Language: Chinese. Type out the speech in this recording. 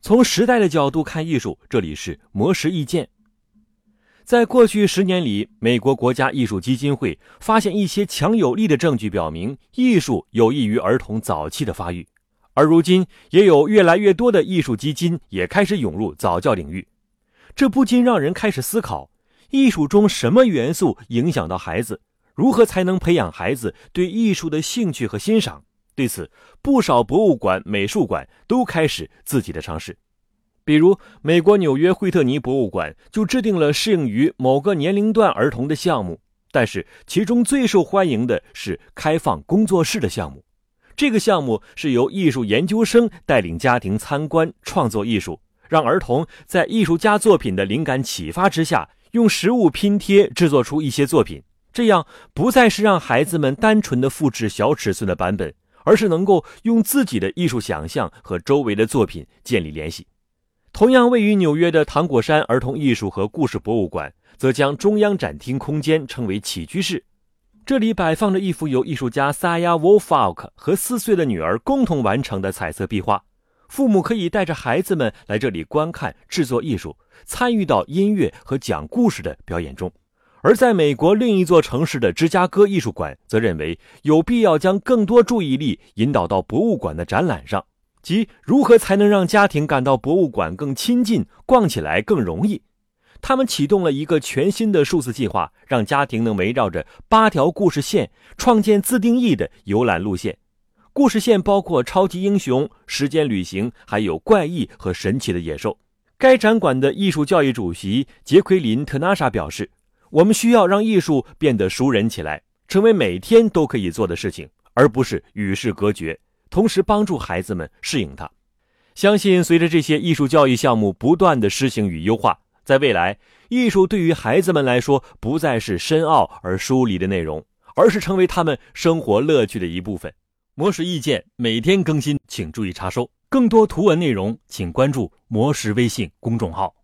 从时代的角度看艺术，这里是魔石意见。在过去10年里，美国国家艺术基金会发现一些强有力的证据，表明艺术有益于儿童早期的发育。而如今，也有越来越多的艺术基金也开始涌入早教领域。这不禁让人开始思考，艺术中什么元素影响到孩子？如何才能培养孩子对艺术的兴趣和欣赏？对此，不少博物馆、美术馆都开始自己的尝试。比如，美国纽约惠特尼博物馆就制定了适应于某个年龄段儿童的项目，但是其中最受欢迎的是开放工作室的项目。这个项目是由艺术研究生带领家庭参观创作艺术，让儿童在艺术家作品的灵感启发之下，用实物拼贴制作出一些作品。这样不再是让孩子们单纯的复制小尺寸的版本，而是能够用自己的艺术想象和周围的作品建立联系。同样位于纽约的糖果山儿童艺术和故事博物馆，则将中央展厅空间称为起居室。这里摆放着一幅由艺术家萨亚·沃夫奥克和4岁的女儿共同完成的彩色壁画。父母可以带着孩子们来这里观看制作艺术，参与到音乐和讲故事的表演中。而在美国另一座城市的芝加哥艺术馆则认为有必要将更多注意力引导到博物馆的展览上，即如何才能让家庭感到博物馆更亲近，逛起来更容易。他们启动了一个全新的数字计划，让家庭能围绕着8条故事线创建自定义的游览路线。故事线包括超级英雄、时间旅行，还有怪异和神奇的野兽。该展馆的艺术教育主席杰奎琳·特纳莎表示，我们需要让艺术变得熟人起来，成为每天都可以做的事情，而不是与世隔绝，同时帮助孩子们适应它。相信随着这些艺术教育项目不断的施行与优化，在未来，艺术对于孩子们来说不再是深奥而疏离的内容，而是成为他们生活乐趣的一部分。魔石意见每天更新，请注意查收。更多图文内容请关注魔石微信公众号。